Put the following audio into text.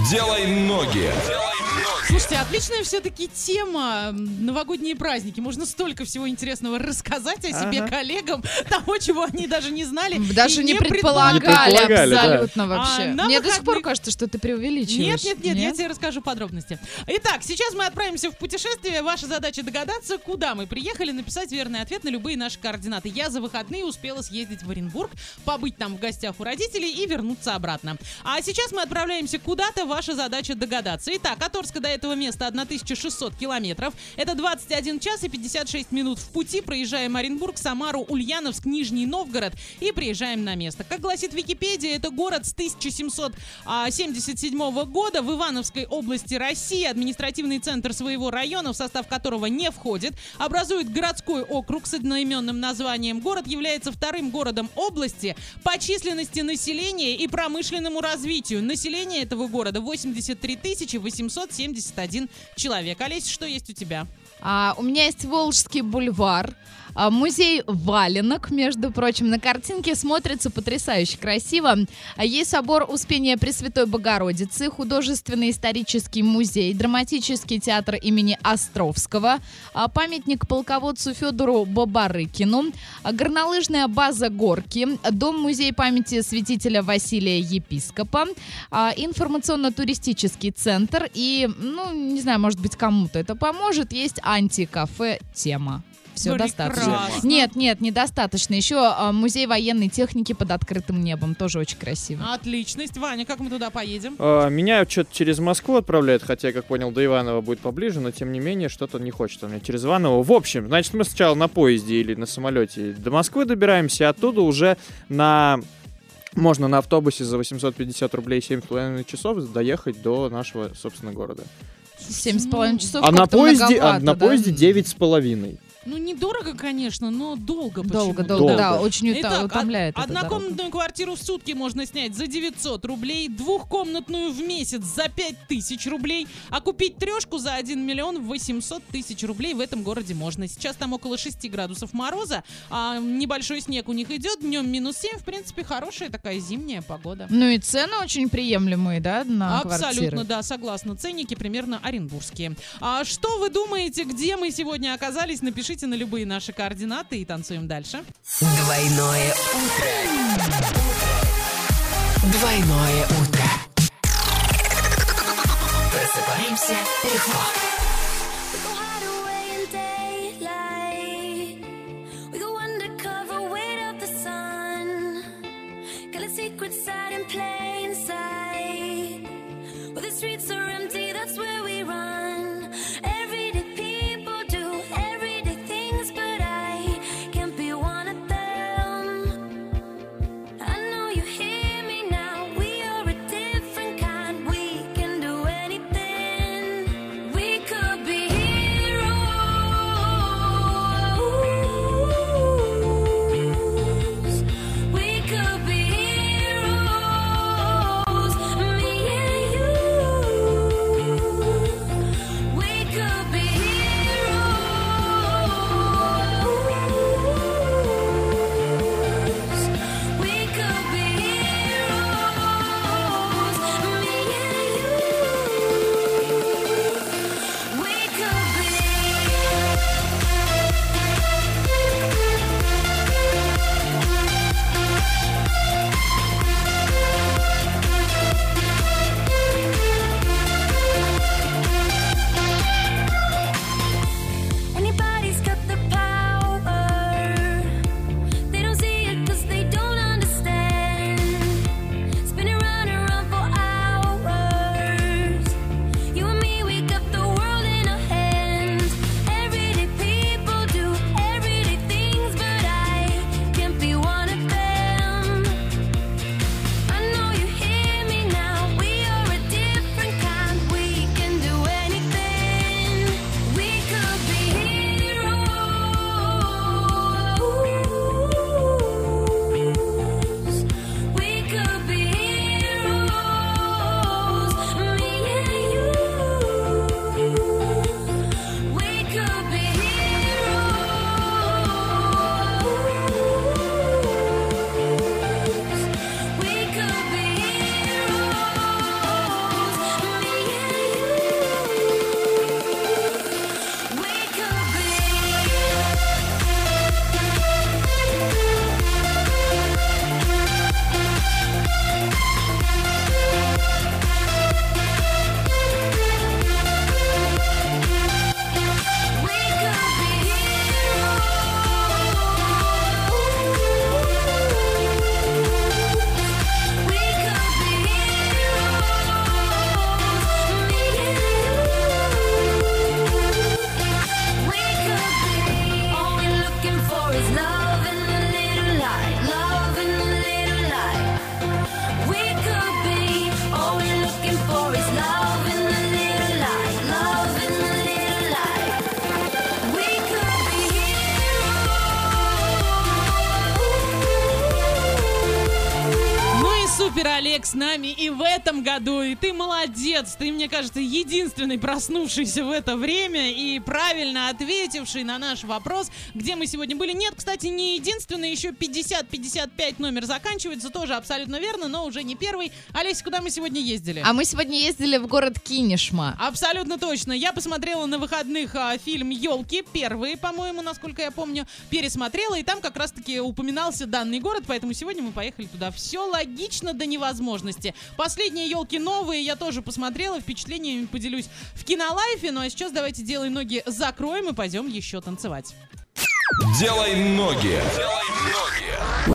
Делай ноги. Слушайте, отличная все-таки тема. Новогодние праздники. Можно столько всего интересного рассказать о себе коллегам, того, чего они даже не знали. Даже не предполагали абсолютно вообще. Мне до сих пор кажется, что ты преувеличиваешь. Нет, я тебе расскажу подробности. Итак, сейчас мы отправимся в путешествие. Ваша задача догадаться, куда мы приехали, написать верный ответ на любые наши координаты. Я за выходные успела съездить в Оренбург, побыть там в гостях у родителей и вернуться обратно. А сейчас мы отправляемся куда-то. Ваша задача догадаться. Итак, от Орска до этого места 1600 километров. Это 21 час и 56 минут в пути. Проезжаем Оренбург, Самару, Ульяновск, Нижний Новгород и приезжаем на место. Как гласит Википедия, это город с 1777 года в Ивановской области России. Административный центр своего района, в состав которого не входит, образует городской округ с одноименным названием. Город является вторым городом области по численности населения и промышленному развитию. Население этого города 83 871 человек. Олесь, что есть у тебя? У меня есть Волжский бульвар, музей валенок, между прочим, на картинке смотрится потрясающе красиво. Есть собор Успения Пресвятой Богородицы, художественный исторический музей, драматический театр имени Островского, памятник полководцу Федору Бабарыкину, горнолыжная база Горки, дом-музей памяти святителя Василия Епископа, информационно-туристический центр и, не знаю, может быть, кому-то это поможет, есть антикафе «Тема». Все, достаточно. Нет, недостаточно. Еще музей военной техники под открытым небом. Тоже очень красиво. Отличность. Ваня, как мы туда поедем? Меня что-то через Москву отправляют, хотя, как понял, до Иваново будет поближе, но, тем не менее, что-то не хочет у меня через Иваново. В общем, значит, мы сначала на поезде или на самолете до Москвы добираемся, оттуда уже можно на автобусе за 850 рублей 7,5 часов доехать до нашего, собственно, города. 7,5 часов. А на поезде 9,5. Недорого, конечно, но долго. Долго, да, очень утомляет. Однокомнатную квартиру в сутки можно снять за 900 рублей, двухкомнатную в месяц за 5000 рублей, а купить трешку за 1 миллион 800 тысяч рублей в этом городе можно. Сейчас там около 6 градусов мороза, а небольшой снег у них идет, днем -7, в принципе, хорошая такая зимняя погода. И цены очень приемлемые, да, на квартиры? Абсолютно, да, согласна. Ценники примерно оренбургские. А что вы думаете, где мы сегодня оказались? Напишите на любые наши координаты и танцуем дальше. Двойное утро. Двойное утро. Просыпаемся легко. We could Олег с нами и в этом году, и ты молодец, ты, мне кажется, единственный проснувшийся в это время и правильно ответивший на наш вопрос, где мы сегодня были. Нет, кстати, не единственный, еще 50-55 номер заканчивается, тоже абсолютно верно, но уже не первый. Олеся, куда мы сегодня ездили? А мы сегодня ездили в город Кинешма. Абсолютно точно. Я посмотрела на выходных фильм «Елки», первые, по-моему, насколько я помню, пересмотрела, и там как раз-таки упоминался данный город, поэтому сегодня мы поехали туда. Все логично до невозможности. Последние «Елки» новые я тоже посмотрела, впечатлениями поделюсь в Кинолайфе. Ну а сейчас давайте «Делай ноги» закроем и пойдем еще танцевать. Делай ноги.